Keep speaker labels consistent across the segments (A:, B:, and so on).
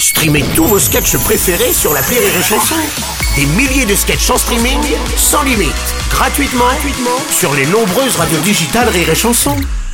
A: Streamez tous vos sketchs préférés sur l'appli Rire et Chanson. Des milliers de sketchs en streaming, sans limite, gratuitement sur les nombreuses radios digitales Rire et Chanson.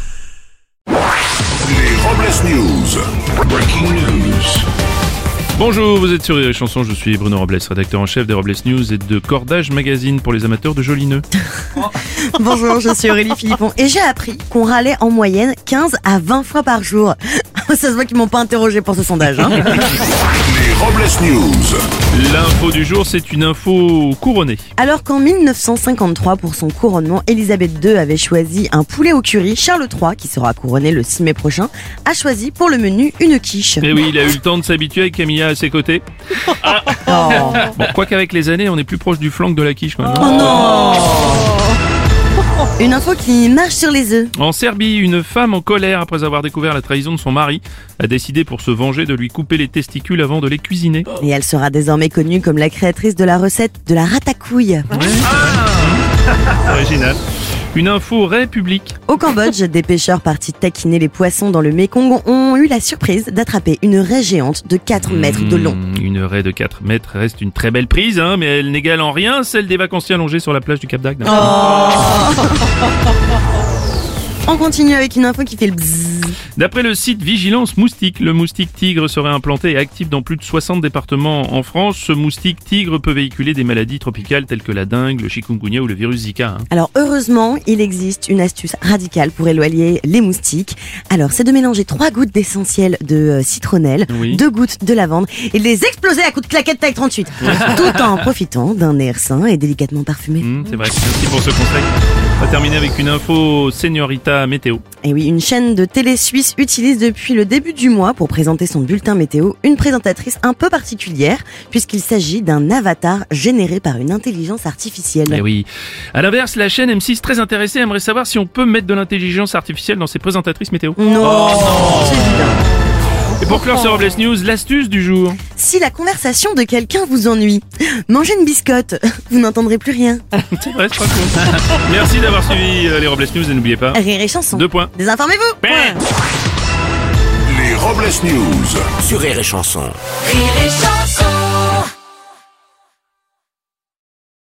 B: Les Robles News. Breaking news.
C: Bonjour, vous êtes sur Rire et Chanson, je suis Bruno Robles, rédacteur en chef des Robles News et de Cordage Magazine pour les amateurs de jolis nœuds.
D: Bonjour, je suis Aurélie Philippon et j'ai appris qu'on râlait en moyenne 15 à 20 fois par jour. Ça se voit qu'ils m'ont pas interrogé pour ce sondage.
B: Les Robles News.
C: L'info du jour, c'est une info couronnée.
D: Alors qu'en 1953, pour son couronnement, Elisabeth II avait choisi un poulet au curry, Charles III, qui sera couronné le 6 mai prochain, a choisi pour le menu une quiche.
C: Et oui, il a eu le temps de s'habituer avec Camilla à ses côtés.
D: Oh,
C: Bon, quoi qu'avec les années, on est plus proche du flanc que de la quiche quand même.
D: oh non. Une info qui marche sur les œufs.
C: En Serbie, une femme en colère après avoir découvert la trahison de son mari a décidé pour se venger de lui couper les testicules avant de les cuisiner.
D: Et elle sera désormais connue comme la créatrice de la recette de la ratatouille.
C: Original. Une info république.
D: Au Cambodge, des pêcheurs partis taquiner les poissons dans le Mékong ont eu la surprise d'attraper une raie géante de 4 mètres de long.
C: Une raie de 4 mètres reste une très belle prise, mais elle n'égale en rien celle des vacanciers allongés sur la plage du Cap d'Agde.
D: On continue avec une info qui fait le bzzz.
C: D'après le site Vigilance Moustique, le moustique tigre serait implanté et actif dans plus de 60 départements en France. Ce moustique tigre peut véhiculer des maladies tropicales telles que la dengue, le chikungunya ou le virus Zika.
D: Alors heureusement, il existe une astuce radicale pour éloigner les moustiques. Alors c'est de mélanger 3 gouttes d'essentiel de citronnelle,
C: Oui.
D: 2 gouttes de lavande et de les exploser à coups de claquette taille 38. Tout en profitant d'un air sain et délicatement parfumé.
C: C'est vrai, merci pour ce conseil. On va terminer avec une info Señorita Météo.
D: Et oui, une chaîne de télé suisse utilise depuis le début du mois pour présenter son bulletin météo une présentatrice un peu particulière puisqu'il s'agit d'un avatar généré par une intelligence artificielle.
C: Eh oui. À l'inverse, la chaîne M6 très intéressée aimerait savoir si on peut mettre de l'intelligence artificielle dans ses présentatrices météo.
D: Non, c'est évident.
C: Et pour clore ce Robles News, l'astuce du jour.
D: Si la conversation de quelqu'un vous ennuie, mangez une biscotte, vous n'entendrez plus rien.
C: C'est vrai, c'est pas cool. Merci d'avoir suivi les Robles News et n'oubliez pas...
D: Rire et chanson.
C: 2 points.
D: Désinformez-vous.
C: Bam.
B: Les Robles News.
A: Sur Rire et Chanson.
E: Rire et chanson.